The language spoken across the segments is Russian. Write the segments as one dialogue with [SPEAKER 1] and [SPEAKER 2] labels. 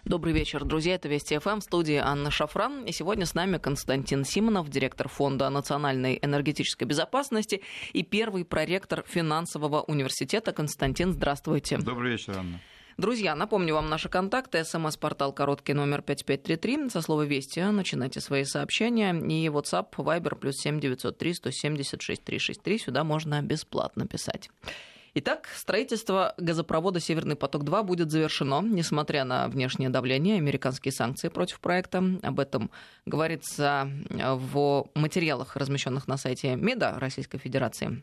[SPEAKER 1] Добрый вечер, друзья. Это Вести ФМ, в студии Анна Шафран. И сегодня с нами Константин Симонов, директор Фонда национальной энергетической безопасности и первый проректор финансового университета. Константин, здравствуйте.
[SPEAKER 2] Добрый вечер, Анна.
[SPEAKER 1] Друзья, напомню вам наши контакты. СМС-портал короткий номер 5533. Со слова «Вести» начинайте свои сообщения. И WhatsApp, Viber, +7 903 176 363. Сюда можно бесплатно писать. Итак, строительство газопровода «Северный поток-2» будет завершено, несмотря на внешнее давление, американские санкции против проекта. Об этом говорится в материалах, размещенных на сайте МИДа Российской Федерации.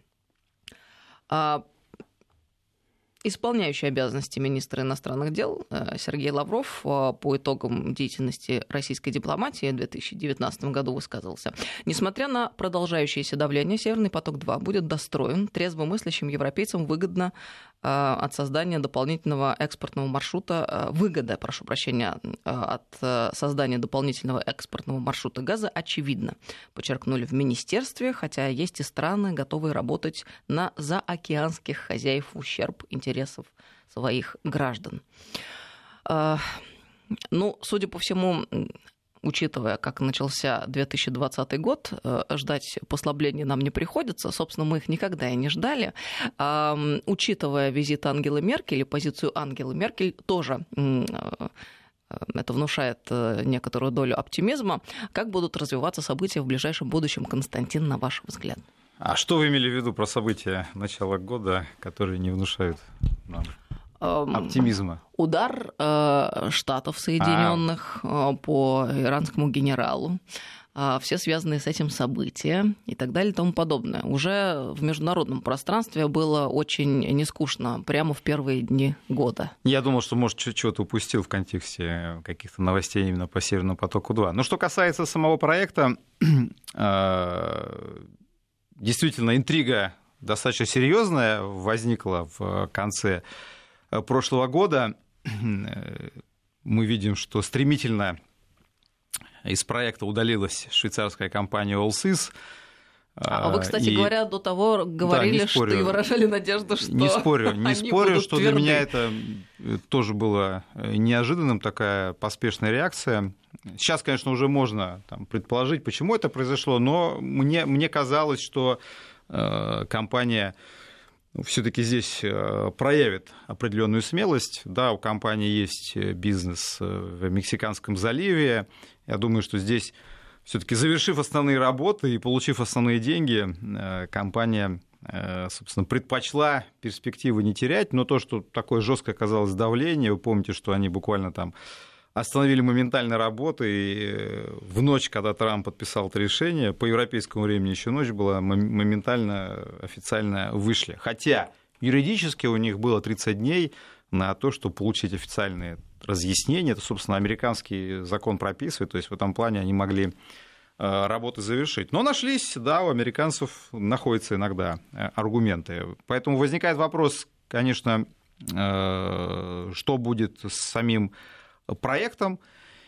[SPEAKER 1] Исполняющий обязанности министра иностранных дел Сергей Лавров по итогам деятельности российской дипломатии в 2019 году высказался. Несмотря на продолжающееся давление, «Северный поток-2» будет достроен. Трезвомыслящим европейцам выгодно от создания дополнительного экспортного маршрута, от создания дополнительного экспортного маршрута газа очевидно, подчеркнули в министерстве, хотя есть и страны, готовые работать на заокеанских хозяев в ущерб интересов своих граждан. Судя по всему, учитывая, как начался 2020 год, ждать послаблений нам не приходится. Собственно, мы их никогда и не ждали. Учитывая визит Ангелы Меркель и позицию Ангелы Меркель, тоже это внушает некоторую долю оптимизма. Как будут развиваться события в ближайшем будущем, Константин, на ваш взгляд?
[SPEAKER 2] А что вы имели в виду про события начала года, которые не внушают нам оптимизма?
[SPEAKER 1] Удар Штатов Соединенных по иранскому генералу, все связанные с этим события и так далее и тому подобное. Уже в международном пространстве было очень нескучно прямо в первые дни года.
[SPEAKER 2] Я думал, что, может, чего-то упустил в контексте каких-то новостей именно по «Северному потоку-2». Но что касается самого проекта, действительно, интрига достаточно серьезная возникла в конце прошлого года. Мы видим, что стремительно из проекта удалилась швейцарская компания Allseas.
[SPEAKER 1] А вы, кстати говоря, до того говорили, да, что и выражали надежду, что
[SPEAKER 2] не спорю, что
[SPEAKER 1] тверды.
[SPEAKER 2] Для меня это тоже было неожиданным, такая поспешная реакция. Сейчас, конечно, уже можно предположить, почему это произошло, но мне казалось, что компания все-таки здесь проявит определенную смелость. Да, у компании есть бизнес в Мексиканском заливе. Я думаю, что здесь, все-таки завершив основные работы и получив основные деньги, компания, собственно, предпочла перспективы не терять. Но то, что такое жесткое оказалось давление, вы помните, что они буквально остановили моментально работы, и в ночь, когда Трамп подписал это решение, по европейскому времени еще ночь была, моментально официально вышли. Хотя юридически у них было 30 дней на то, чтобы получить официальные разъяснения. Это, собственно, американский закон прописывает, то есть в этом плане они могли работы завершить. Но нашлись, да, у американцев находятся иногда аргументы. Поэтому возникает вопрос, конечно, что будет с самим проектом.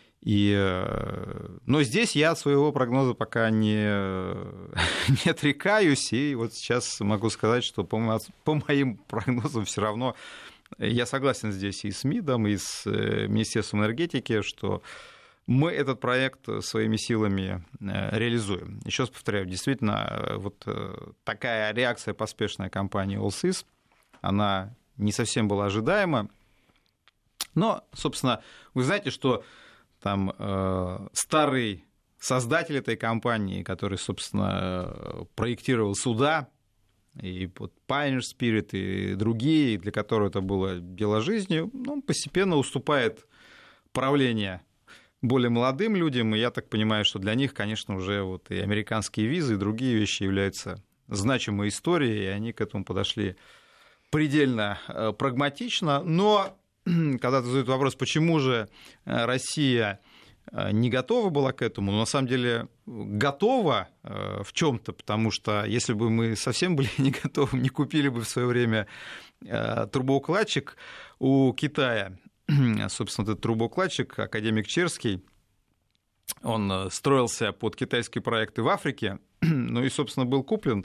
[SPEAKER 2] Но здесь я от своего прогноза пока не отрекаюсь, и вот сейчас могу сказать, что по моим прогнозам все равно я согласен здесь и с МИДом, и с Министерством энергетики, что мы этот проект своими силами реализуем. Еще раз повторяю, действительно, вот такая реакция поспешная компании Allseas, она не совсем была ожидаема. Но, собственно, вы знаете, что там старый создатель этой компании, который, собственно, проектировал суда, и вот Pioneer Spirit, и другие, для которых это было дело жизни, он постепенно уступает правление более молодым людям, и я так понимаю, что для них, конечно, уже вот и американские визы, и другие вещи являются значимой историей, и они к этому подошли предельно прагматично. Но когда задают вопрос, почему же Россия не готова была к этому, но на самом деле готова в чем-то, потому что если бы мы совсем были не готовы, не купили бы в свое время трубоукладчик у Китая. Собственно, этот трубоукладчик, академик Черский, он строился под китайские проекты в Африке, ну и, собственно, был куплен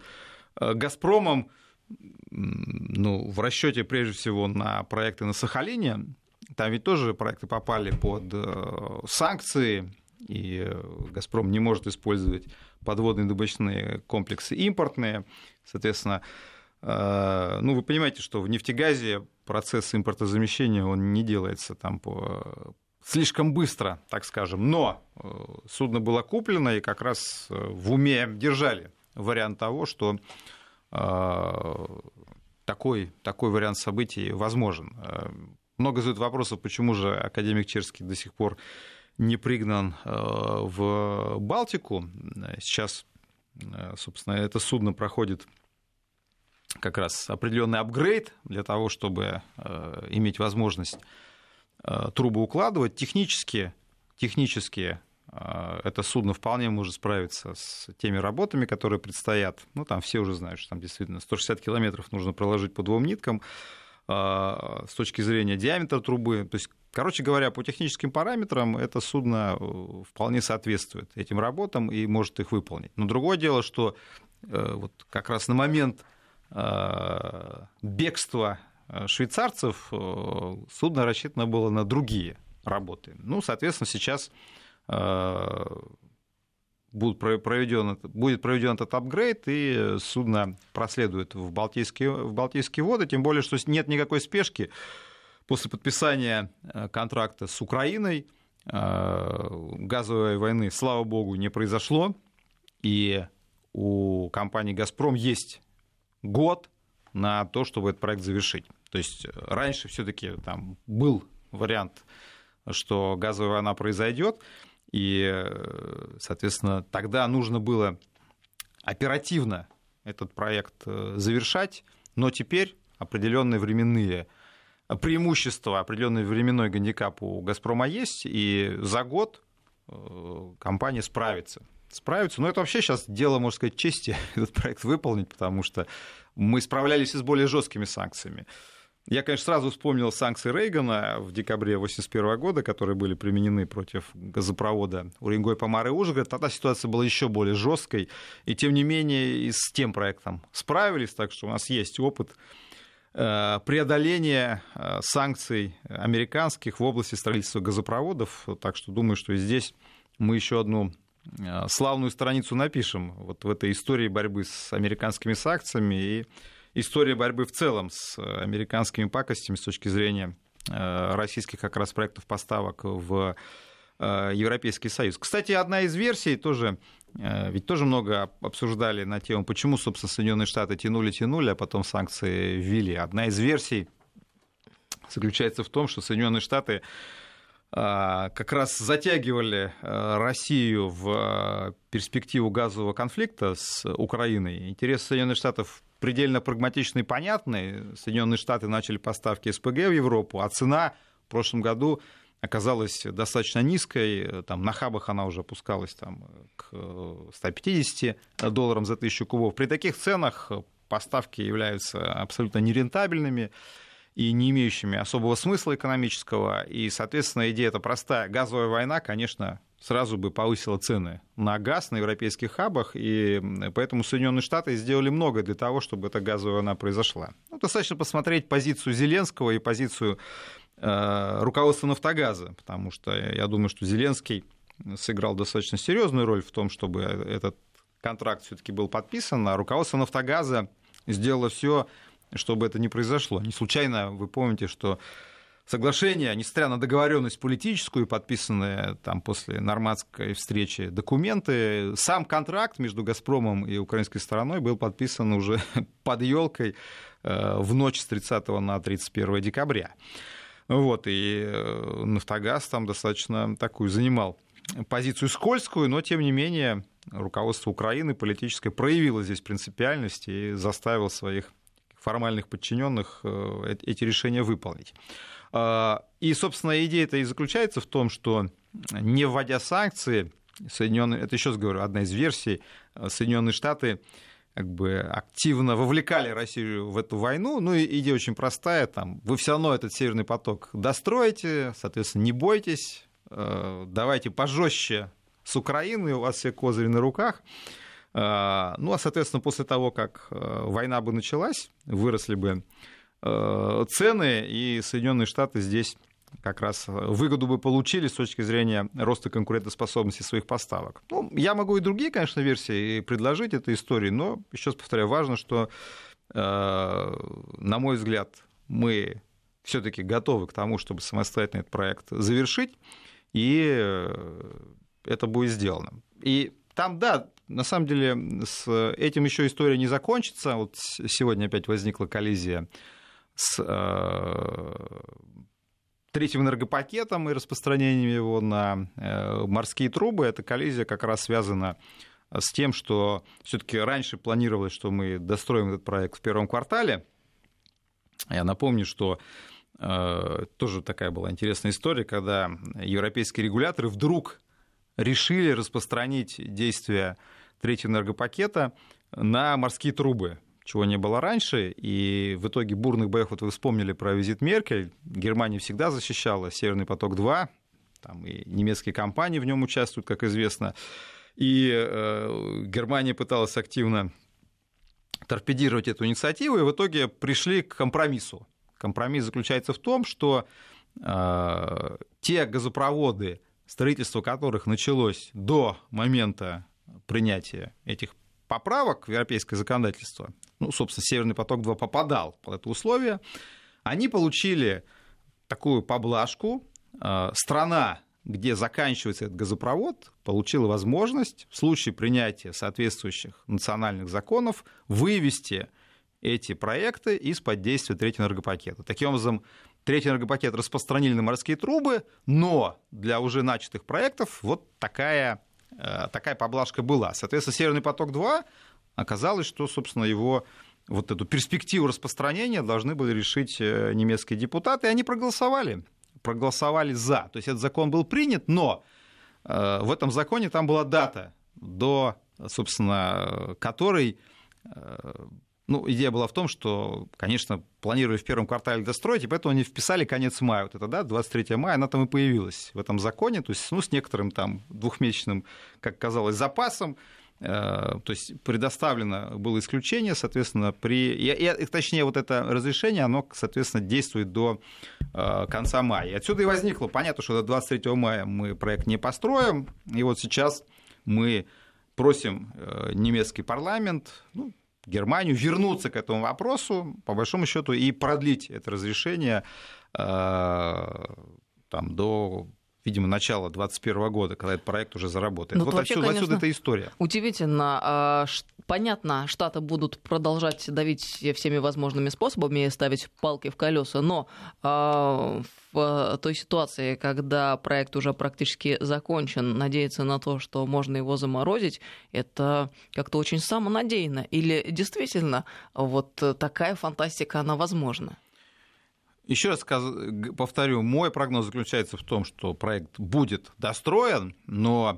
[SPEAKER 2] «Газпромом», в расчете прежде всего на проекты на Сахалине, там ведь тоже проекты попали под санкции, и «Газпром» не может использовать подводные добычные комплексы импортные. Соответственно, вы понимаете, что в нефтегазе процесс импортозамещения, он не делается там слишком быстро, так скажем. Но судно было куплено, и как раз в уме держали вариант того, что такой вариант событий возможен. Много задают вопросов, почему же академик Черский до сих пор не пригнан в Балтику. Сейчас, собственно, это судно проходит как раз определенный апгрейд для того, чтобы иметь возможность трубы укладывать. Технически это судно вполне может справиться с теми работами, которые предстоят. Там все уже знают, что там действительно 160 километров нужно проложить по 2 ниткам с точки зрения диаметра трубы. То есть, короче говоря, по техническим параметрам это судно вполне соответствует этим работам и может их выполнить. Но другое дело, что вот как раз на момент бегства швейцарцев судно рассчитано было на другие работы. Соответственно, сейчас будет проведен этот апгрейд, и судно проследует в Балтийские воды, тем более, что нет никакой спешки. После подписания контракта с Украиной газовой войны, слава богу, не произошло, и у компании «Газпром» есть год на то, чтобы этот проект завершить. То есть раньше все-таки там был вариант, что газовая война произойдет, и, соответственно, тогда нужно было оперативно этот проект завершать, но теперь определенные временные преимущества, определенный временной гандикап у «Газпрома» есть, и за год компания справится. Но это вообще сейчас дело, можно сказать, чести этот проект выполнить, потому что мы справлялись и с более жесткими санкциями. Я, конечно, сразу вспомнил санкции Рейгана в декабре 1981 года, которые были применены против газопровода Уренгой-Помары-Ужгород. Тогда ситуация была еще более жесткой, и тем не менее и с тем проектом справились, так что у нас есть опыт преодоления санкций американских в области строительства газопроводов, так что думаю, что и здесь мы еще одну славную страницу напишем вот в этой истории борьбы с американскими санкциями и история борьбы в целом с американскими пакостями с точки зрения российских как раз проектов поставок в Европейский Союз. Кстати, одна из версий тоже, ведь тоже много обсуждали на тему, почему, собственно, Соединенные Штаты тянули, а потом санкции ввели. Одна из версий заключается в том, что Соединенные Штаты как раз затягивали Россию в перспективу газового конфликта с Украиной. Интересы Соединенных Штатов предельно прагматичны и понятны. Соединенные Штаты начали поставки СПГ в Европу, а цена в прошлом году оказалась достаточно низкой. Там, на хабах она уже опускалась к $150 за 1000 кубов. При таких ценах поставки являются абсолютно нерентабельными и не имеющими особого смысла экономического. И, соответственно, идея-то простая. Газовая война, конечно, сразу бы повысила цены на газ на европейских хабах, и поэтому Соединенные Штаты сделали многое для того, чтобы эта газовая война произошла. Достаточно посмотреть позицию Зеленского и позицию руководства «Нафтогаза», потому что я думаю, что Зеленский сыграл достаточно серьезную роль в том, чтобы этот контракт все-таки был подписан, а руководство «Нафтогаза» сделало все, чтобы это не произошло. Не случайно вы помните, что соглашение, несмотря на договоренность политическую, подписанные там после нормандской встречи документы, сам контракт между «Газпромом» и украинской стороной был подписан уже под елкой в ночь с 30 на 31 декабря. И «Нафтогаз» там достаточно такую занимал позицию скользкую, но, тем не менее, руководство Украины политическое проявило здесь принципиальность и заставило своих формальных подчиненных эти решения выполнить. И, собственно, идея-то и заключается в том, что, не вводя санкции, это еще раз говорю, одна из версий, Соединенные Штаты активно вовлекали Россию в эту войну. Идея очень простая. Вы все равно этот Северный поток достроите, соответственно, не бойтесь, давайте пожестче с Украиной, у вас все козыри на руках. Соответственно, после того, как война бы началась, выросли бы цены, и Соединенные Штаты здесь как раз выгоду бы получили с точки зрения роста конкурентоспособности своих поставок. Ну, я могу и другие, конечно, версии предложить этой истории, но, еще раз повторяю, важно, что, на мой взгляд, мы все-таки готовы к тому, чтобы самостоятельно этот проект завершить, и это будет сделано. И там, да, на самом деле, с этим еще история не закончится. Вот сегодня опять возникла коллизия с третьим энергопакетом и распространением его на морские трубы. Эта коллизия как раз связана с тем, что все-таки раньше планировалось, что мы достроим этот проект в первом квартале. Я напомню, что тоже такая была интересная история, когда европейские регуляторы вдруг решили распространить действия третьего энергопакета на морские трубы, чего не было раньше, и в итоге бурных боев, вот вы вспомнили про визит Меркель, Германия всегда защищала «Северный поток-2», там и немецкие компании в нем участвуют, как известно, и Германия пыталась активно торпедировать эту инициативу, и в итоге пришли к компромиссу. Компромисс заключается в том, что те газопроводы, строительство которых началось до момента принятия этих поправок в европейское законодательство, ну, собственно, «Северный поток-2» попадал под это условие, они получили такую поблажку. Страна, где заканчивается этот газопровод, получила возможность в случае принятия соответствующих национальных законов вывести эти проекты из-под действия третьего энергопакета. Таким образом, третий энергопакет распространили на морские трубы, но для уже начатых проектов вот такая поблажка была. Соответственно, «Северный поток-2» оказалось, что, собственно, его вот эту перспективу распространения должны были решить немецкие депутаты, и они проголосовали за. То есть этот закон был принят, но в этом законе там была дата, до, собственно, которой... Ну, идея была в том, что, конечно, планировали в первом квартале достроить, и поэтому они вписали конец мая. Вот это, да, 23 мая, она там и появилась в этом законе, то есть, ну, с некоторым там двухмесячным, как казалось, запасом. То есть предоставлено было исключение, соответственно, точнее, вот это разрешение, оно, соответственно, действует до конца мая. И отсюда и возникло, понятно, что до 23 мая мы проект не построим, и вот сейчас мы просим немецкий парламент, ну, Германию вернуться к этому вопросу, по большому счету, и продлить это разрешение там, до, видимо, начала 2021 года, когда этот проект уже заработает.
[SPEAKER 1] Ну,
[SPEAKER 2] вот
[SPEAKER 1] вообще,
[SPEAKER 2] отсюда эта история.
[SPEAKER 1] Удивительно. Понятно, Штаты будут продолжать давить всеми возможными способами и ставить палки в колеса, но в той ситуации, когда проект уже практически закончен, надеяться на то, что можно его заморозить, это как-то очень самонадеянно. Или действительно вот такая фантастика, она возможна?
[SPEAKER 2] Еще раз повторю, мой прогноз заключается в том, что проект будет достроен, но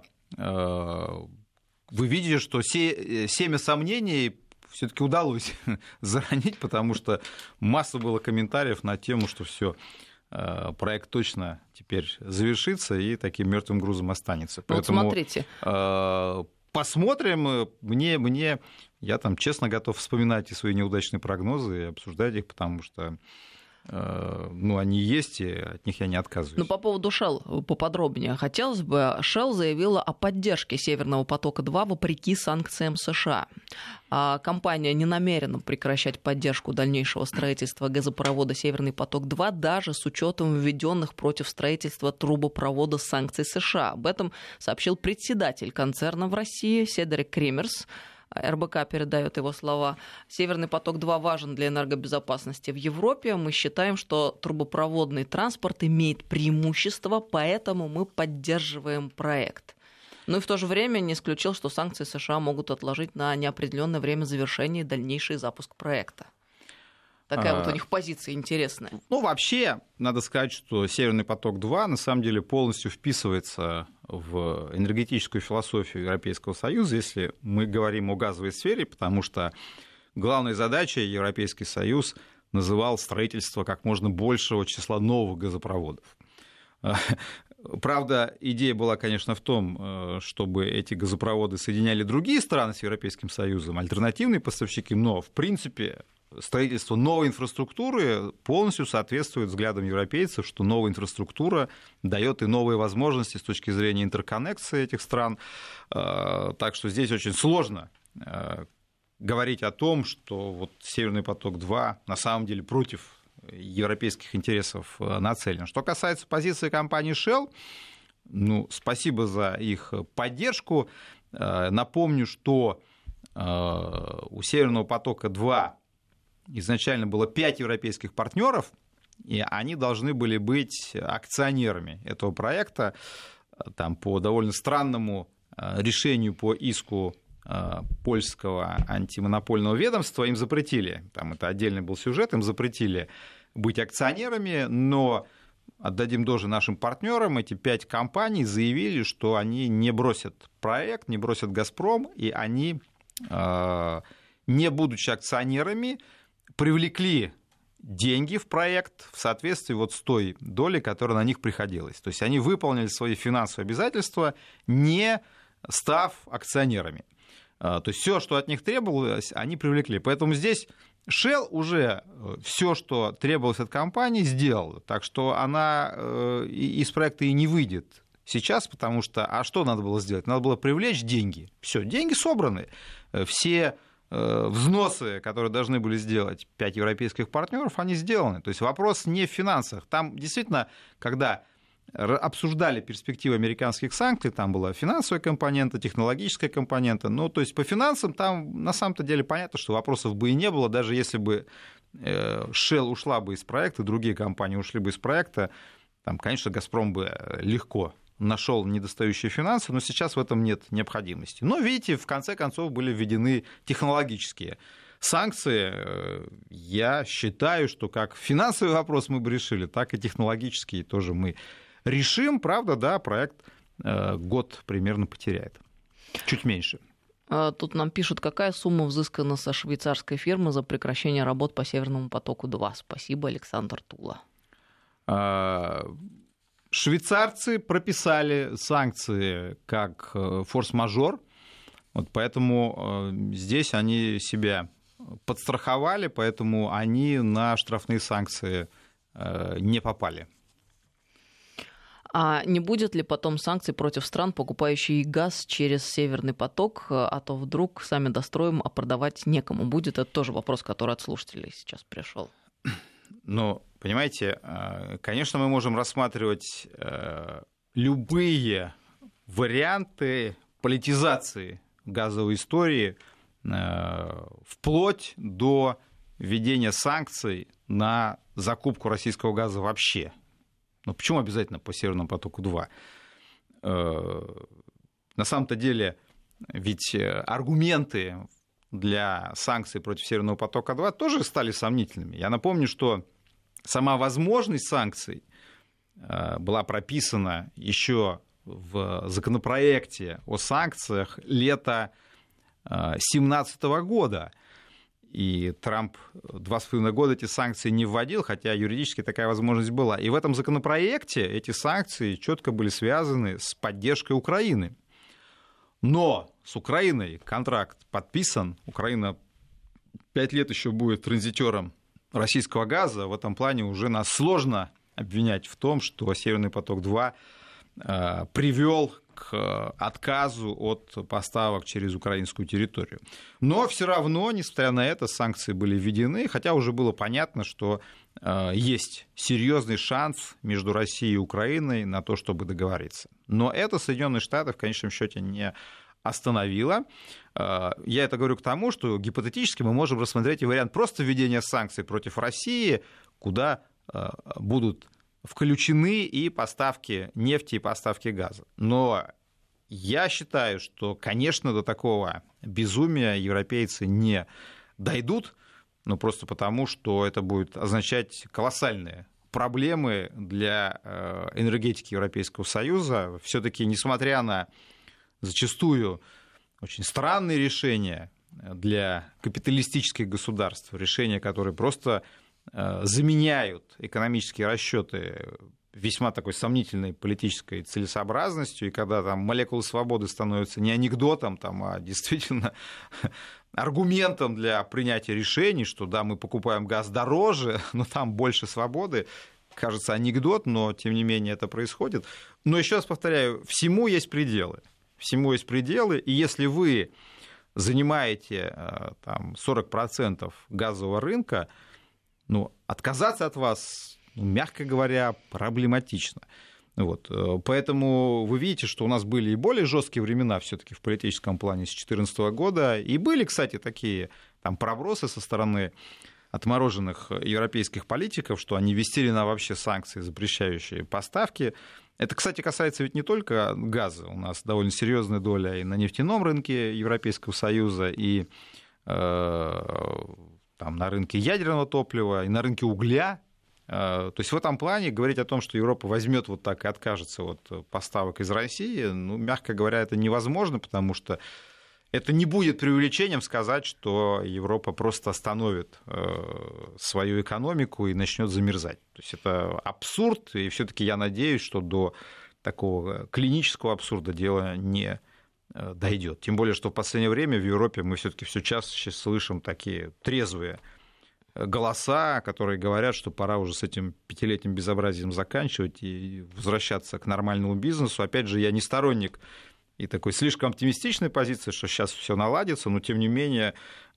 [SPEAKER 2] вы видите, что семя сомнений все-таки удалось заронить, потому что масса было комментариев на тему, что все, проект точно теперь завершится и таким мертвым грузом останется.
[SPEAKER 1] Ну, поэтому вот смотрите.
[SPEAKER 2] Посмотрим. Я там честно готов вспоминать и свои неудачные прогнозы и обсуждать их, потому что они есть, и от них я не отказываюсь.
[SPEAKER 1] Ну, по поводу Shell поподробнее. Хотелось бы, Shell заявила о поддержке «Северного потока-2» вопреки санкциям США. Компания не намерена прекращать поддержку дальнейшего строительства газопровода «Северный поток-2» даже с учетом введенных против строительства трубопровода санкций США. Об этом сообщил председатель концерна в России Седрик Кремерс. РБК передает его слова. «Северный поток-2 важен для энергобезопасности в Европе. Мы считаем, что трубопроводный транспорт имеет преимущество, поэтому мы поддерживаем проект». Ну и в то же время не исключил, что санкции США могут отложить на неопределенное время завершение и дальнейший запуск проекта. Такая вот у них позиция интересная.
[SPEAKER 2] Ну, вообще, надо сказать, что «Северный поток-2» на самом деле полностью вписывается в энергетическую философию Европейского Союза, если мы говорим о газовой сфере, потому что главной задачей Европейский Союз называл строительство как можно большего числа новых газопроводов. Правда, идея была, конечно, в том, чтобы эти газопроводы соединяли другие страны с Европейским Союзом, альтернативные поставщики, но, в принципе, строительство новой инфраструктуры полностью соответствует взглядам европейцев, что новая инфраструктура дает и новые возможности с точки зрения интерконнекции этих стран. Так что здесь очень сложно говорить о том, что вот «Северный поток-2» на самом деле против европейских интересов нацелен. Что касается позиции компании Shell, спасибо за их поддержку. Напомню, что у «Северного потока-2» изначально было 5 европейских партнеров, и они должны были быть акционерами этого проекта. Там, по довольно странному решению по иску польского антимонопольного ведомства им запретили, там это отдельный был сюжет, им запретили быть акционерами, но отдадим должное нашим партнерам, эти 5 компаний заявили, что они не бросят проект, не бросят «Газпром», и они, не будучи акционерами, привлекли деньги в проект в соответствии вот с той долей, которая на них приходилась. То есть они выполнили свои финансовые обязательства, не став акционерами. То есть все, что от них требовалось, они привлекли. Поэтому здесь Shell уже все, что требовалось от компании, сделала. Так что она из проекта и не выйдет сейчас, потому что... А что надо было сделать? Надо было привлечь деньги. Все, деньги собраны. Все взносы, которые должны были сделать 5 европейских партнеров, они сделаны. То есть вопрос не в финансах. Там действительно, когда обсуждали перспективы американских санкций, там была финансовая компонента, технологическая компонента. То есть по финансам там на самом-то деле понятно, что вопросов бы и не было, даже если бы Shell ушла бы из проекта, другие компании ушли бы из проекта, там, конечно, «Газпром» бы легко нашел недостающие финансы, но сейчас в этом нет необходимости. Но, видите, в конце концов были введены технологические санкции. Я считаю, что как финансовый вопрос мы бы решили, так и технологические тоже мы решим. Правда, да, проект год примерно потеряет. Чуть меньше.
[SPEAKER 1] Тут нам пишут, какая сумма взыскана со швейцарской фирмы за прекращение работ по «Северному потоку-2». Спасибо, Александр Тула.
[SPEAKER 2] Швейцарцы прописали санкции как форс-мажор, вот поэтому здесь они себя подстраховали, поэтому они на штрафные санкции не попали.
[SPEAKER 1] А не будет ли потом санкций против стран, покупающих газ через «Северный поток», а то вдруг сами достроим, а продавать некому будет? Это тоже вопрос, который от слушателей сейчас пришел.
[SPEAKER 2] Понимаете, конечно, мы можем рассматривать любые варианты политизации газовой истории вплоть до введения санкций на закупку российского газа вообще. Почему обязательно по «Северному потоку-2»? На самом-то деле, ведь аргументы для санкций против «Северного потока-2» тоже стали сомнительными. Я напомню, что сама возможность санкций была прописана еще в законопроекте о санкциях лета 2017 года. И Трамп 2,5 года эти санкции не вводил, хотя юридически такая возможность была. И в этом законопроекте эти санкции четко были связаны с поддержкой Украины. Но с Украиной контракт подписан. Украина 5 лет еще будет транзитером российского газа. В этом плане уже нас сложно обвинять в том, что «Северный поток-2» привел к отказу от поставок через украинскую территорию. Но все равно, несмотря на это, санкции были введены, хотя уже было понятно, что есть серьезный шанс между Россией и Украиной на то, чтобы договориться. Но это Соединенные Штаты в конечном счете не остановило. Я это говорю к тому, что гипотетически мы можем рассмотреть и вариант просто введения санкций против России, куда будут включены и поставки нефти, и поставки газа. Но я считаю, что, конечно, до такого безумия европейцы не дойдут, просто потому, что это будет означать колоссальные проблемы для энергетики Европейского Союза. Все-таки, несмотря на зачастую очень странные решения для капиталистических государств, решения, которые просто заменяют экономические расчеты весьма такой сомнительной политической целесообразностью, и когда там молекулы свободы становятся не анекдотом, там, а действительно аргументом для принятия решений, что да, мы покупаем газ дороже, но там больше свободы, кажется, анекдот, но тем не менее это происходит. Но еще раз повторяю, всему есть пределы. Всему есть пределы, и если вы занимаете там, 40% газового рынка, ну, отказаться от вас, мягко говоря, проблематично. Вот. Поэтому вы видите, что у нас были и более жесткие времена все-таки в политическом плане с 2014 года. И были, кстати, такие там пробросы со стороны отмороженных европейских политиков, что они ввести на вообще санкции, запрещающие поставки. Это, кстати, касается ведь не только газа. У нас довольно серьезная доля и на нефтяном рынке Европейского Союза, и там, на рынке ядерного топлива, и на рынке угля. То есть в этом плане говорить о том, что Европа возьмет вот так и откажется от поставок из России, ну, мягко говоря, это невозможно, потому что это не будет преувеличением сказать, что Европа просто остановит свою экономику и начнет замерзать. То есть это абсурд, и все-таки я надеюсь, что до такого клинического абсурда дело не дойдет. Тем более, что в последнее время в Европе мы все-таки все чаще слышим такие трезвые голоса, которые говорят, что пора уже с этим пятилетним безобразием заканчивать и возвращаться к нормальному бизнесу. Опять же, я не сторонник и такой слишком оптимистичной позиции, что сейчас все наладится, но тем не менее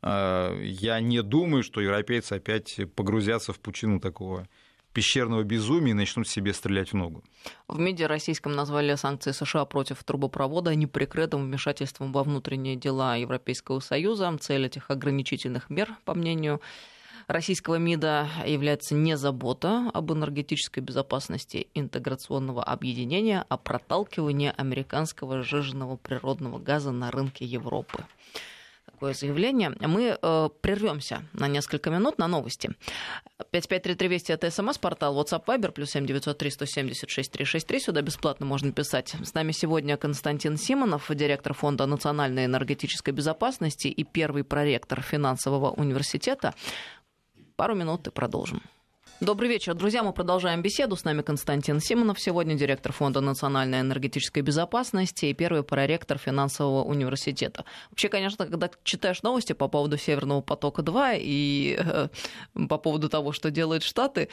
[SPEAKER 2] я не думаю, что европейцы опять погрузятся в пучину такого пещерного безумия и начнут себе стрелять в ногу.
[SPEAKER 1] В МИДе российском назвали санкции США против трубопровода неприкрытым вмешательством во внутренние дела Европейского Союза. Цель этих ограничительных мер, по мнению российского МИДа, является не забота об энергетической безопасности интеграционного объединения, а проталкивание американского сжиженного природного газа на рынке Европы. Такое заявление. Мы прервемся на несколько минут на новости. 5533 Вести — это СМС-портал, WhatsApp, Viber, +7 903 176 363. Сюда бесплатно можно писать. С нами сегодня Константин Симонов, директор Фонда национальной энергетической безопасности и первый проректор финансового университета. Пару минут и продолжим. Добрый вечер, друзья. Мы продолжаем беседу. С нами Константин Симонов, сегодня директор Фонда национальной энергетической безопасности и первый проректор финансового университета. Вообще, конечно, когда читаешь новости по поводу Северного потока-2 и по поводу того, что делают Штаты,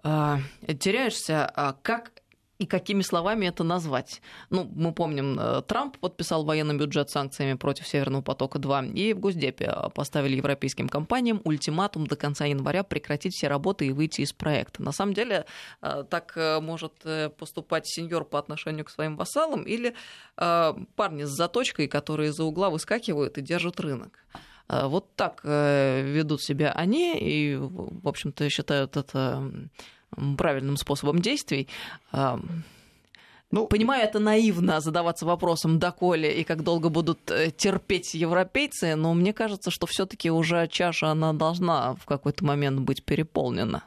[SPEAKER 1] теряешься, как и какими словами это назвать. Ну, мы помним, Трамп подписал военный бюджет с санкциями против Северного потока-2, и в Госдепе поставили европейским компаниям ультиматум до конца января прекратить все работы и выйти из проекта. На самом деле, так может поступать сеньор по отношению к своим вассалам или парни с заточкой, которые из-за угла выскакивают и держат рынок. Вот так ведут себя они, и, в общем-то, считают это правильным способом действий. Понимаю, это наивно задаваться вопросом, доколе и как долго будут терпеть европейцы, но мне кажется, что все-таки уже чаша, она должна в какой-то момент быть переполнена.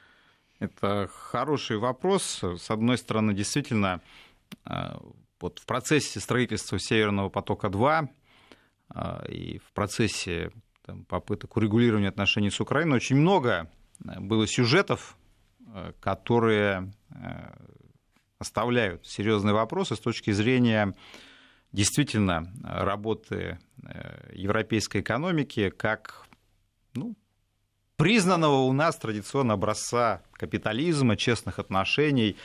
[SPEAKER 2] Это хороший вопрос. С одной стороны, действительно, вот в процессе строительства Северного потока-2 и в процессе попыток урегулирования отношений с Украиной очень много было сюжетов, которые оставляют серьезные вопросы с точки зрения действительно работы европейской экономики как признанного у нас традиционно образца капитализма, честных отношений,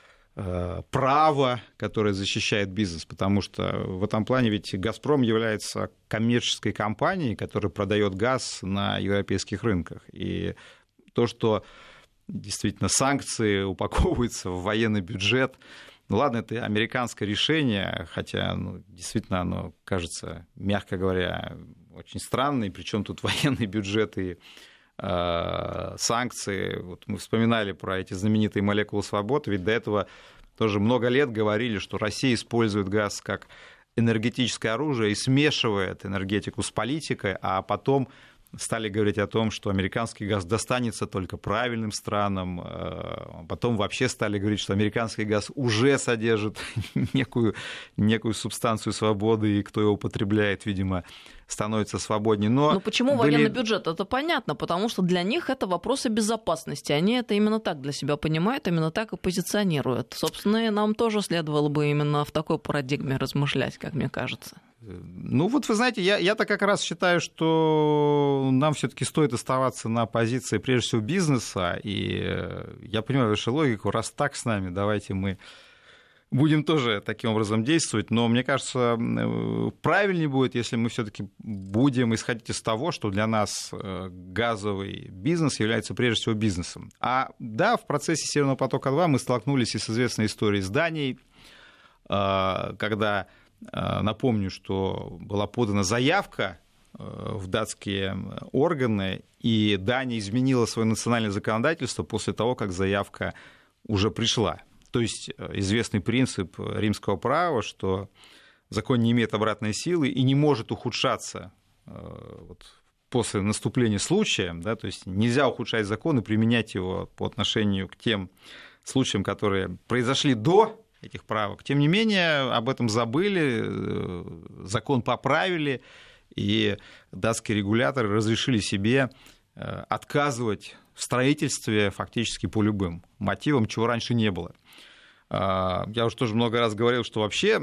[SPEAKER 2] права, которое защищает бизнес, потому что в этом плане ведь «Газпром» является коммерческой компанией, которая продает газ на европейских рынках. И то, что действительно санкции упаковываются в военный бюджет. Ну ладно, это американское решение, хотя действительно оно кажется, мягко говоря, очень странным. Причем тут военный бюджет и санкции. Вот мы вспоминали про эти знаменитые молекулы свободы, ведь до этого тоже много лет говорили, что Россия использует газ как энергетическое оружие и смешивает энергетику с политикой, а потом стали говорить о том, что американский газ достанется только правильным странам. Потом вообще стали говорить, что американский газ уже содержит некую субстанцию свободы, и кто его употребляет, видимо, становится свободнее. Но
[SPEAKER 1] почему военный бюджет? Это понятно, потому что для них это вопросы безопасности. Они это именно так для себя понимают, именно так и позиционируют. Собственно, и нам тоже следовало бы именно в такой парадигме размышлять, как мне кажется.
[SPEAKER 2] Вы знаете, я-то как раз считаю, что нам все-таки стоит оставаться на позиции, прежде всего, бизнеса. И я понимаю вашу логику. Раз так с нами, давайте мы будем тоже таким образом действовать. Но мне кажется, правильнее будет, если мы все-таки будем исходить из того, что для нас газовый бизнес является прежде всего бизнесом. В процессе Северного потока-2 мы столкнулись и с известной историей с Данией, когда... Напомню, что была подана заявка в датские органы, и Дания изменила свое национальное законодательство после того, как заявка уже пришла. То есть известный принцип римского права, что закон не имеет обратной силы и не может ухудшаться после наступления случая. Да, то есть нельзя ухудшать закон и применять его по отношению к тем случаям, которые произошли до этих правок. Тем не менее, об этом забыли, закон поправили, и датские регуляторы разрешили себе отказывать в строительстве фактически по любым мотивам, чего раньше не было. Я уже тоже много раз говорил, что вообще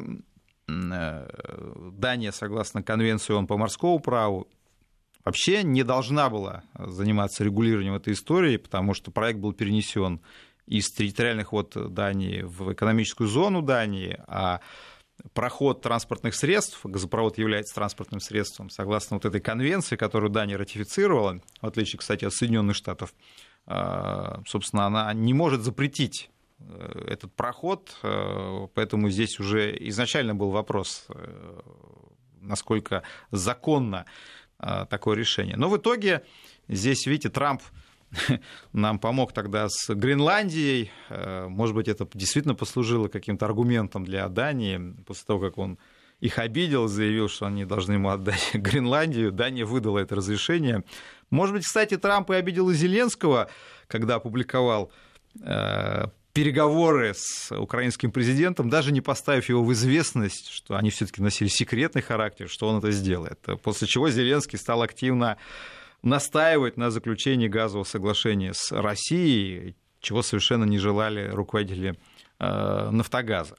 [SPEAKER 2] Дания, согласно Конвенции ООН по морскому праву, вообще не должна была заниматься регулированием этой истории, потому что проект был перенесен из территориальных вод Дании в экономическую зону Дании, а проход транспортных средств, газопровод является транспортным средством, согласно вот этой конвенции, которую Дания ратифицировала, в отличие, кстати, от Соединенных Штатов, собственно, она не может запретить этот проход, поэтому здесь уже изначально был вопрос, насколько законно такое решение. Но в итоге здесь, видите, Трамп нам помог тогда с Гренландией. Может быть, это действительно послужило каким-то аргументом для Дании. После того, как он их обидел, заявил, что они должны ему отдать Гренландию, Дания выдала это разрешение. Может быть, кстати, Трамп и обидел и Зеленского, когда опубликовал переговоры с украинским президентом, даже не поставив его в известность, что они все-таки носили секретный характер, что он это сделает. После чего Зеленский стал активно настаивать на заключении газового соглашения с Россией, чего совершенно не желали руководители «Нафтогаза».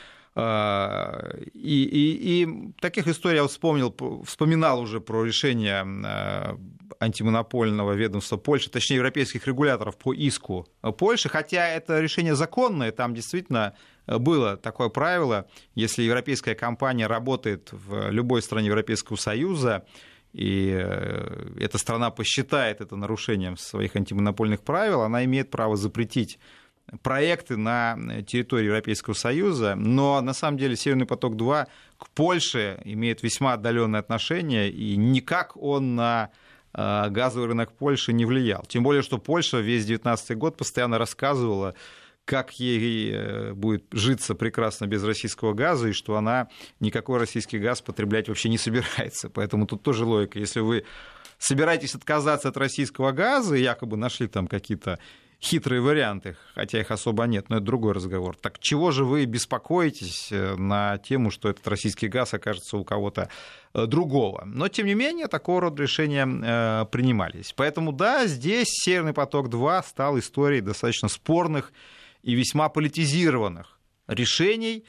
[SPEAKER 2] И таких историй я вспоминал уже про решение антимонопольного ведомства Польши, точнее, европейских регуляторов по иску Польши, хотя это решение законное, там действительно было такое правило, если европейская компания работает в любой стране Европейского Союза, и эта страна посчитает это нарушением своих антимонопольных правил, она имеет право запретить проекты на территории Европейского Союза, но на самом деле «Северный поток-2» к Польше имеет весьма отдаленное отношение, и никак он на газовый рынок Польши не влиял. Тем более, что Польша весь 2019 год постоянно рассказывала, как ей будет житься прекрасно без российского газа, и что она никакой российский газ потреблять вообще не собирается. Поэтому тут тоже логика. Если вы собираетесь отказаться от российского газа и якобы нашли там какие-то хитрые варианты, хотя их особо нет, но это другой разговор. Так чего же вы беспокоитесь на тему, что этот российский газ окажется у кого-то другого? Но, тем не менее, такого рода решения принимались. Поэтому, да, здесь «Северный поток-2» стал историей достаточно спорных и весьма политизированных решений,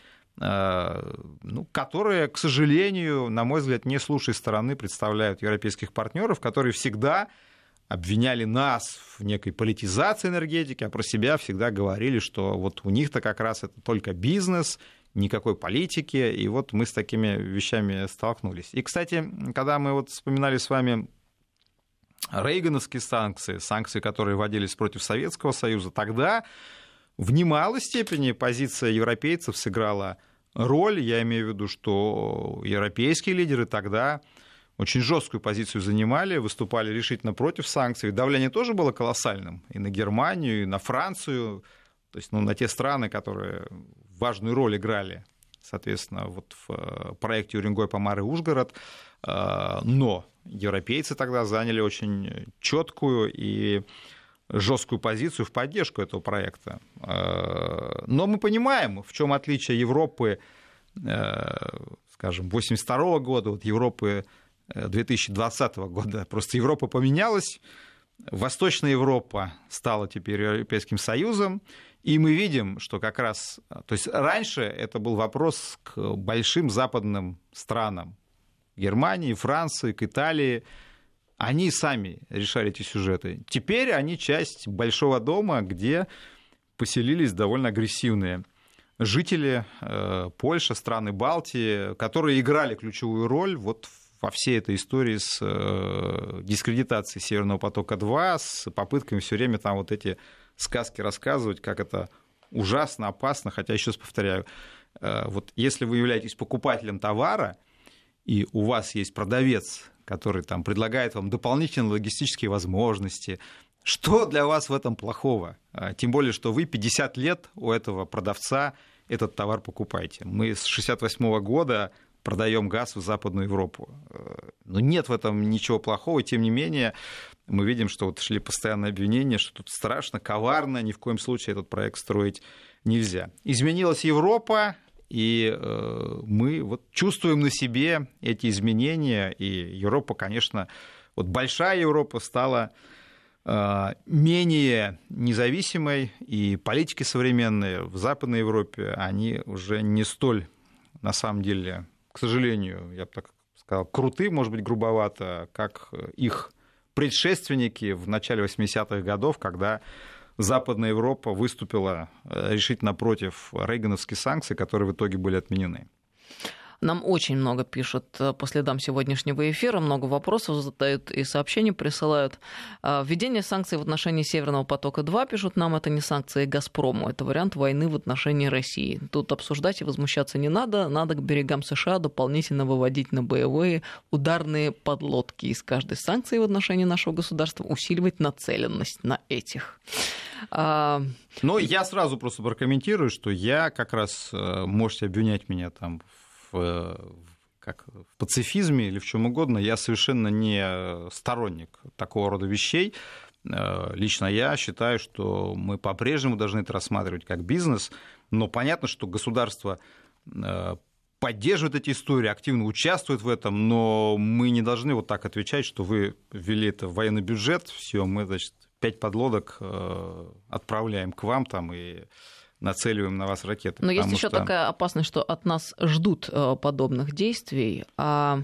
[SPEAKER 2] которые, к сожалению, на мой взгляд, не с лучшей стороны представляют европейских партнеров, которые всегда обвиняли нас в некой политизации энергетики, а про себя всегда говорили, что вот у них-то как раз это только бизнес, никакой политики, и вот мы с такими вещами столкнулись. И, кстати, когда мы вот вспоминали с вами рейгановские санкции, которые вводились против Советского Союза, тогда в немалой степени позиция европейцев сыграла роль. Я имею в виду, что европейские лидеры тогда очень жесткую позицию занимали, выступали решительно против санкций. Давление тоже было колоссальным и на Германию, и на Францию, то есть на те страны, которые важную роль играли, соответственно, вот в проекте Уренгой, Помар и Ужгород. Но европейцы тогда заняли очень четкую и жесткую позицию в поддержку этого проекта. Но мы понимаем, в чем отличие Европы, скажем, 1982 года от Европы 2020 года. Просто Европа поменялась, Восточная Европа стала теперь Европейским Союзом, и мы видим, что как раз... То есть раньше это был вопрос к большим западным странам, Германии, Франции, к Италии. Они сами решали эти сюжеты. Теперь они часть большого дома, где поселились довольно агрессивные жители Польши, страны Балтии, которые играли ключевую роль вот во всей этой истории с дискредитацией Северного потока-2, с попытками все время там вот эти сказки рассказывать, как это ужасно, опасно. Хотя, еще раз повторяю, вот если вы являетесь покупателем товара, и у вас есть продавец, который там предлагает вам дополнительные логистические возможности, что для вас в этом плохого? Тем более, что вы 50 лет у этого продавца этот товар покупаете. Мы с 1968 года продаем газ в Западную Европу. Но нет в этом ничего плохого, тем не менее мы видим, что вот шли постоянные обвинения, что тут страшно, коварно, ни в коем случае этот проект строить нельзя. Изменилась Европа, и мы вот чувствуем на себе эти изменения, и Европа, конечно, вот большая Европа стала менее независимой, и политики современные в Западной Европе, они уже не столь, на самом деле, к сожалению, я бы так сказал, крутые, может быть, грубовато, как их предшественники в начале 80-х годов, когда Западная Европа выступила решительно против рейгановских санкций, которые в итоге были отменены.
[SPEAKER 1] Нам очень много пишут по следам сегодняшнего эфира, много вопросов задают и сообщений присылают. Введение санкций в отношении Северного потока-2, пишут нам, это не санкции «Газпрому», это вариант войны в отношении России. Тут обсуждать и возмущаться не надо, надо к берегам США дополнительно выводить на боевые ударные подлодки. Из каждой санкции в отношении нашего государства усиливать нацеленность на этих.
[SPEAKER 2] Но я сразу просто прокомментирую, что я как раз, можете обвинять меня там в пацифизме или в чем угодно, я совершенно не сторонник такого рода вещей. Лично я считаю, что мы по-прежнему должны это рассматривать как бизнес, но понятно, что государство поддерживает эти истории, активно участвует в этом, но мы не должны вот так отвечать, что вы ввели это в военный бюджет, все, мы, значит, 5 подлодок отправляем к вам там и нацеливаем на вас ракеты.
[SPEAKER 1] Но есть еще такая опасность, что от нас ждут подобных действий, а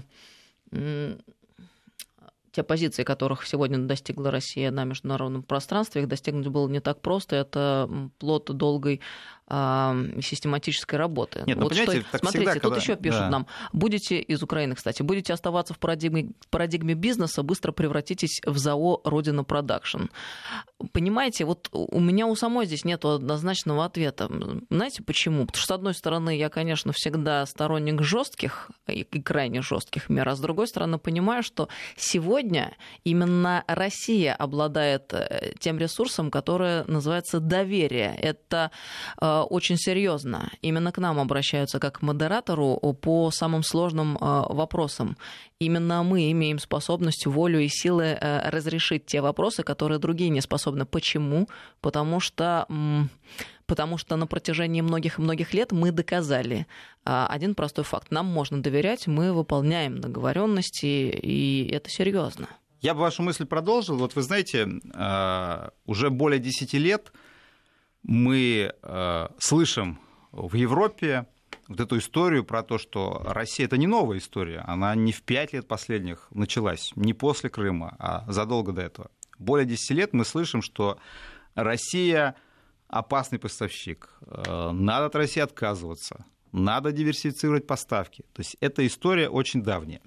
[SPEAKER 1] те позиции, которых сегодня достигла Россия на международном пространстве, их достигнуть было не так просто. Это плод долгой систематической работы.
[SPEAKER 2] Нет,
[SPEAKER 1] вот
[SPEAKER 2] что,
[SPEAKER 1] смотрите,
[SPEAKER 2] всегда,
[SPEAKER 1] тут еще пишут нам, будете из Украины, кстати, будете оставаться в парадигме бизнеса, быстро превратитесь в ЗАО «Родина Продакшн». Понимаете, вот у меня у самой здесь нет однозначного ответа. Знаете почему? Потому что, с одной стороны, я, конечно, всегда сторонник жестких и крайне жестких мер, а с другой стороны, понимаю, что сегодня именно Россия обладает тем ресурсом, который называется доверие. Это очень серьезно. Именно к нам обращаются как к модератору по самым сложным вопросам. Именно мы имеем способность, волю и силы разрешить те вопросы, которые другие не способны. Почему? Потому что на протяжении многих лет мы доказали один простой факт. Нам можно доверять, мы выполняем договоренности, и это серьезно.
[SPEAKER 2] Я бы вашу мысль продолжил. Вот вы знаете, уже более 10 лет мы слышим в Европе вот эту историю про то, что Россия — это не новая история, она не в 5 лет последних началась, не после Крыма, а задолго до этого. Более 10 лет мы слышим, что Россия — опасный поставщик, надо от России отказываться, надо диверсифицировать поставки. То есть эта история очень давняя.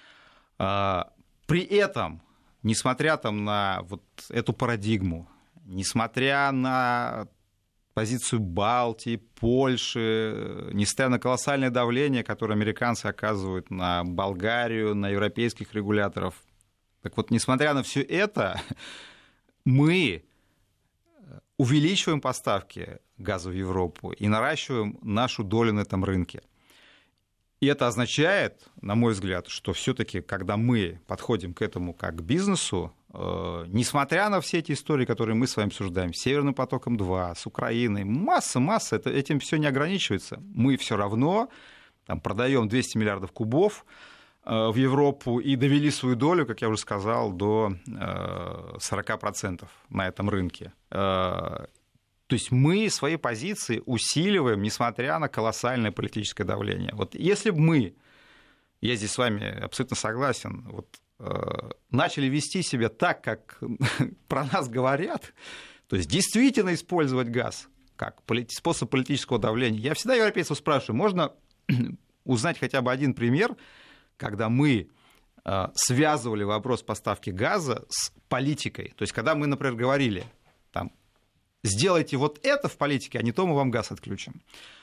[SPEAKER 2] При этом, несмотря там на вот эту парадигму, несмотря на позицию Балтии, Польши, несмотря на колоссальное давление, которое американцы оказывают на Болгарию, на европейских регуляторов. Так вот, несмотря на все это, мы увеличиваем поставки газа в Европу и наращиваем нашу долю на этом рынке. И это означает, на мой взгляд, что все-таки, когда мы подходим к этому как к бизнесу, несмотря на все эти истории, которые мы с вами обсуждаем, с Северным потоком-2, с Украиной, масса, этим все не ограничивается. Мы все равно там, продаем 200 миллиардов кубов в Европу и довели свою долю, как я уже сказал, до 40% на этом рынке. То есть мы свои позиции усиливаем, несмотря на колоссальное политическое давление. Вот если бы мы, я здесь с вами абсолютно согласен, вот, начали вести себя так, как про нас говорят, то есть действительно использовать газ как способ политического давления. Я всегда европейцев спрашиваю, можно узнать хотя бы один пример, когда мы связывали вопрос поставки газа с политикой. То есть когда мы, например, говорили, там, сделайте вот это в политике, а не то мы вам газ отключим.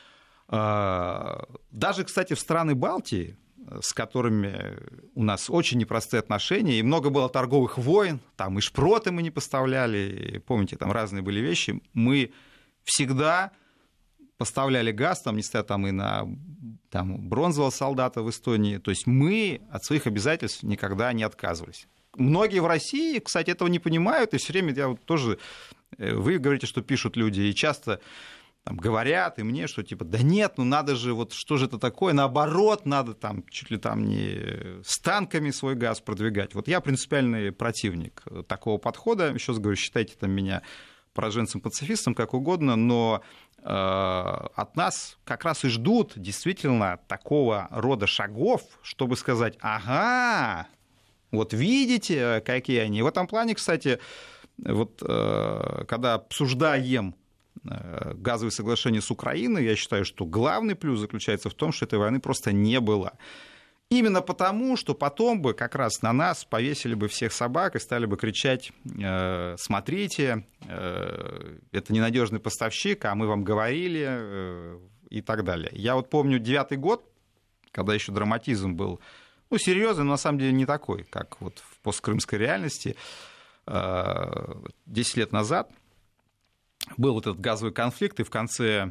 [SPEAKER 2] Даже, кстати, в страны Балтии, с которыми у нас очень непростые отношения, и много было торговых войн, там и шпроты мы не поставляли, помните, там разные были вещи, мы всегда поставляли газ, там, несмотря там, и на там, бронзового солдата в Эстонии, то есть мы от своих обязательств никогда не отказывались. Многие в России, кстати, этого не понимают, и все время я вот тоже... Вы говорите, что пишут люди, и часто там, говорят и мне, что типа, да нет, ну надо же, вот что же это такое, наоборот, надо там чуть ли там не с танками свой газ продвигать. Вот я принципиальный противник такого подхода, еще раз говорю, считайте там меня пораженцем-пацифистом, как угодно, но от нас как раз и ждут действительно такого рода шагов, чтобы сказать, ага, вот видите, какие они. В этом плане, кстати, вот когда обсуждаем газовые соглашения с Украиной, я считаю, что главный плюс заключается в том, что этой войны просто не было. Именно потому, что потом бы как раз на нас повесили бы всех собак и стали бы кричать, смотрите, это ненадежный поставщик, а мы вам говорили, и так далее. Я вот помню 9-й год, когда еще драматизм был, ну, серьезный, но на самом деле не такой, как вот в посткрымской реальности. 10 лет назад был вот этот газовый конфликт, и в конце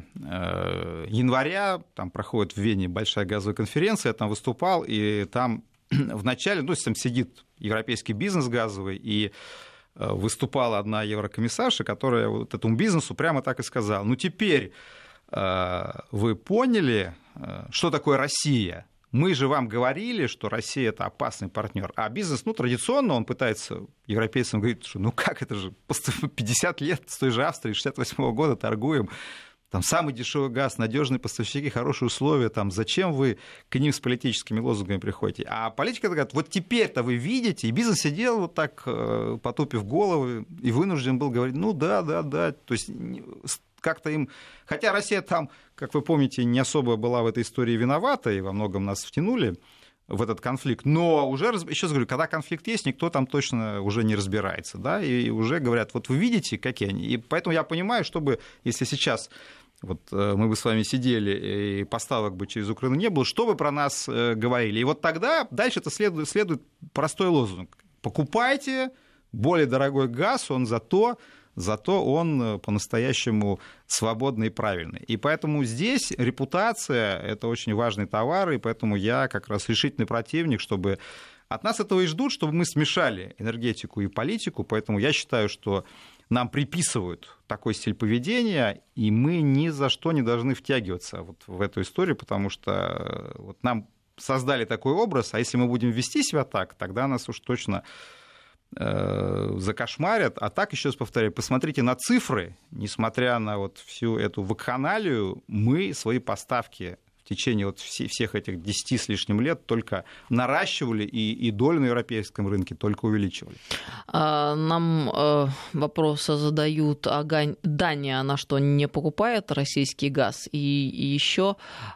[SPEAKER 2] января там проходит в Вене большая газовая конференция, я там выступал, и там в начале, ну, там сидит европейский бизнес газовый, и выступала одна еврокомиссарша, которая вот этому бизнесу прямо так и сказала, ну, теперь вы поняли, что такое Россия? Мы же вам говорили, что Россия – это опасный партнер, а бизнес, ну, традиционно он пытается европейцам говорить, что ну как, это же 50 лет с той же Австрии, 68 года торгуем, там самый дешевый газ, надежные поставщики, хорошие условия, там, зачем вы к ним с политическими лозунгами приходите? А политика говорит, вот теперь-то вы видите, и бизнес сидел вот так, потупив головы, и вынужден был говорить, ну да, то есть как-то им... Хотя Россия там, как вы помните, не особо была в этой истории виновата, и во многом нас втянули в этот конфликт. Но уже, еще раз говорю, когда конфликт есть, никто там точно уже не разбирается. Да? И уже говорят, вот вы видите, какие они. И поэтому я понимаю, чтобы, если сейчас вот мы бы с вами сидели, и поставок бы через Украину не было, что бы про нас говорили. И вот тогда дальше это следует простой лозунг. Покупайте более дорогой газ, он зато он по-настоящему свободный и правильный. И поэтому здесь репутация – это очень важный товар, и поэтому я как раз решительный противник, чтобы от нас этого и ждут, чтобы мы смешали энергетику и политику, поэтому я считаю, что нам приписывают такой стиль поведения, и мы ни за что не должны втягиваться вот в эту историю, потому что вот нам создали такой образ, а если мы будем вести себя так, тогда нас уж точно закошмарят. А так, еще раз повторяю, посмотрите на цифры, несмотря на вот всю эту вакханалию, мы свои поставки в течение вот всех этих 10 с лишним лет только наращивали, и долю на европейском рынке только увеличивали.
[SPEAKER 1] Нам вопросы задают, а Дания, она что, не покупает российский газ? И еще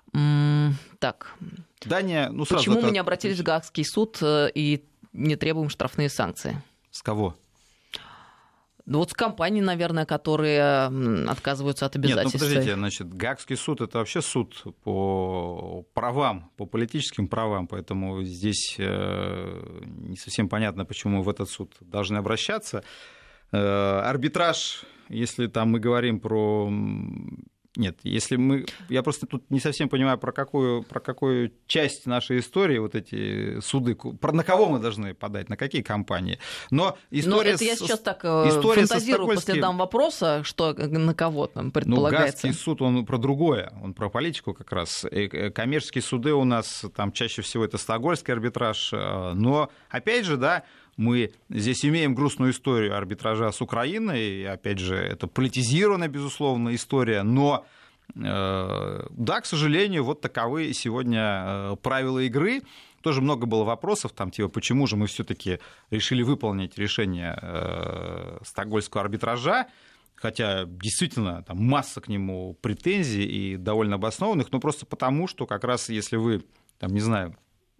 [SPEAKER 1] так.
[SPEAKER 2] Дания, ну, сразу
[SPEAKER 1] почему мы не обратились в Гаагский суд и не требуем штрафные санкции?
[SPEAKER 2] С кого?
[SPEAKER 1] Вот с компаний, наверное, которые отказываются от обязательств.
[SPEAKER 2] Нет, ну подождите, значит, Гаагский суд – это вообще суд по правам, по политическим правам, поэтому здесь не совсем понятно, почему мы в этот суд должны обращаться. Арбитраж, если там мы говорим про Нет, я просто тут не совсем понимаю, про какую часть нашей истории вот эти суды, на кого мы должны подать, на какие компании. Но история
[SPEAKER 1] это я сейчас так фантазирую по следам вопроса, что на кого там предполагается.
[SPEAKER 2] Гаагский суд, он про другое, он про политику как раз. Коммерческие суды у нас, там чаще всего это стокгольмский арбитраж, но, опять же, да, мы здесь имеем грустную историю арбитража с Украиной, и, опять же, это политизированная, безусловно, история, но, да, к сожалению, вот таковы сегодня правила игры. Тоже много было вопросов, там, типа, почему же мы все-таки решили выполнить решение стокгольмского арбитража, хотя действительно там масса к нему претензий и довольно обоснованных, но просто потому, что как раз если вы, там, не знаю,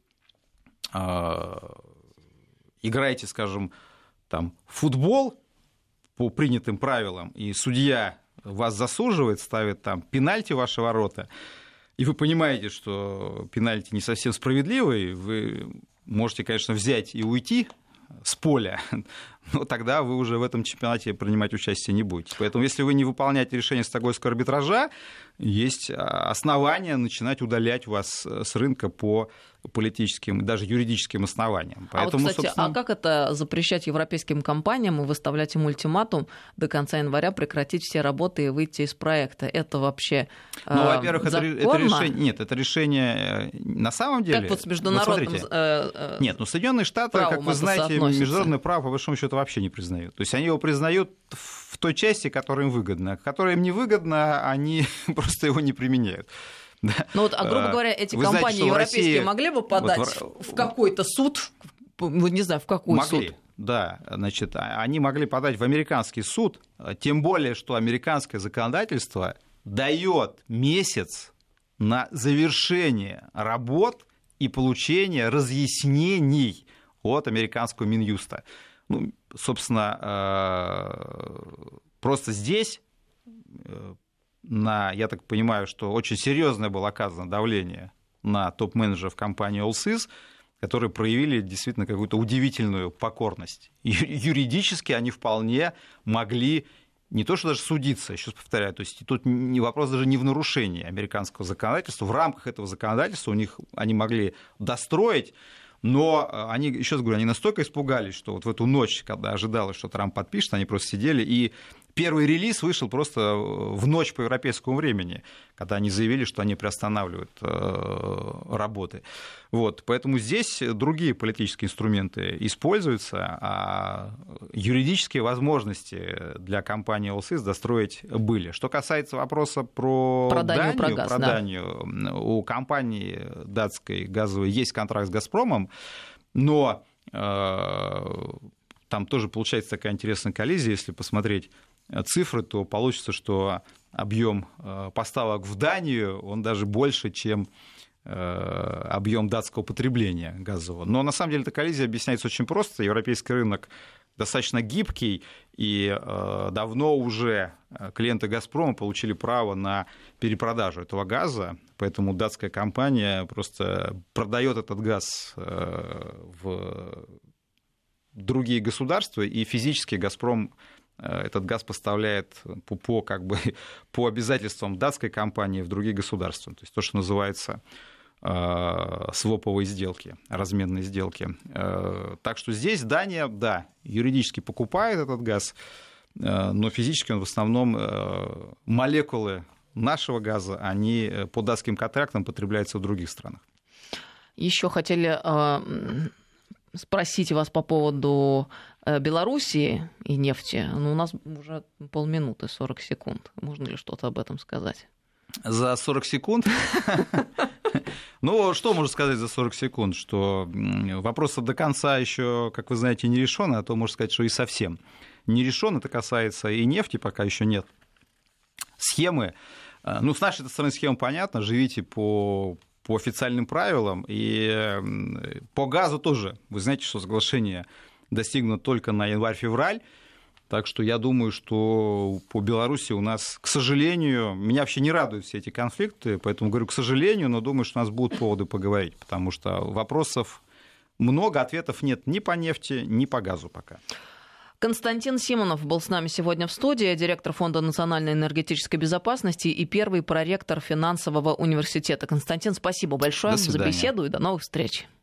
[SPEAKER 2] играете, скажем, там, в футбол по принятым правилам, и судья вас засуживает, ставит там пенальти в ваши ворота, и вы понимаете, что пенальти не совсем справедливый, вы можете, конечно, взять и уйти с поля, но тогда вы уже в этом чемпионате принимать участие не будете. Поэтому, если вы не выполняете решение стокгольмского арбитража, есть основания начинать удалять вас с рынка по политическим, даже юридическим основаниям. Поэтому,
[SPEAKER 1] кстати, собственно... как это запрещать европейским компаниям и выставлять им ультиматум до конца января прекратить все работы и выйти из проекта? Это вообще
[SPEAKER 2] во-первых, это решение... Нет, это решение на самом деле...
[SPEAKER 1] Как вот с международным
[SPEAKER 2] Нет, Соединенные Штаты, как вы знаете, международное право, по большому счету, вообще не признают. То есть они его признают в той части, которая им выгодна. Которая им не выгодна, они просто его не применяют. Да.
[SPEAKER 1] Ну вот, грубо говоря, эти компании европейские России... могли бы подать в какой-то суд, не знаю, в какой суд?
[SPEAKER 2] Да, значит, они могли подать в американский суд, тем более, что американское законодательство дает месяц на завершение работ и получение разъяснений от американского Минюста. Ну, собственно, просто здесь... я так понимаю, что очень серьезное было оказано давление на топ-менеджеров компании Allsys, которые проявили действительно какую-то удивительную покорность. И юридически они вполне могли не то что даже судиться, еще раз повторяю, то есть тут вопрос даже не в нарушении американского законодательства, в рамках этого законодательства они могли достроить. Но они, еще раз говорю, они настолько испугались, что вот в эту ночь, когда ожидалось, что Трамп подпишет, они просто сидели, и первый релиз вышел просто в ночь по европейскому времени, когда они заявили, что они приостанавливают работы. Вот, поэтому здесь другие политические инструменты используются, а юридические возможности для компании Allsys достроить были. Что касается вопроса про Данию, у компании датской газовой есть контракт с «Газпромом», но там тоже получается такая интересная коллизия, если посмотреть цифры, то получится, что объем поставок в Данию, он даже больше, чем объем датского потребления газового. Но на самом деле эта коллизия объясняется очень просто. Европейский рынок достаточно гибкий, и давно уже клиенты «Газпрома» получили право на перепродажу этого газа, поэтому датская компания просто продает этот газ в другие государства, и физически «Газпром» этот газ поставляет по обязательствам датской компании в другие государства. То есть то, что называется своповые сделки, разменные сделки. Так что здесь Дания, да, юридически покупает этот газ, но физически он в основном молекулы нашего газа, они по датским контрактам потребляются в других странах.
[SPEAKER 1] Еще хотели спросить вас по поводу Белоруссии и нефти. Но у нас уже полминуты, 40 секунд. Можно ли что-то об этом сказать?
[SPEAKER 2] За 40 секунд? Ну, что можно сказать за 40 секунд? Что вопрос до конца еще, как вы знаете, не решен, а то можно сказать, что и совсем не решен. Это касается и нефти, пока еще нет схемы. Ну, с нашей стороны схема понятна. Живите по официальным правилам. И по газу тоже. Вы знаете, что соглашение достигнуто только на январь-февраль. Так что я думаю, что по Беларуси у нас, к сожалению, меня вообще не радуют все эти конфликты, поэтому говорю, к сожалению, но думаю, что у нас будут поводы поговорить, потому что вопросов много, ответов нет ни по нефти, ни по газу пока.
[SPEAKER 1] Константин Симонов был с нами сегодня в студии, директор Фонда национальной энергетической безопасности и первый проректор финансового университета. Константин, спасибо большое за беседу и до новых встреч.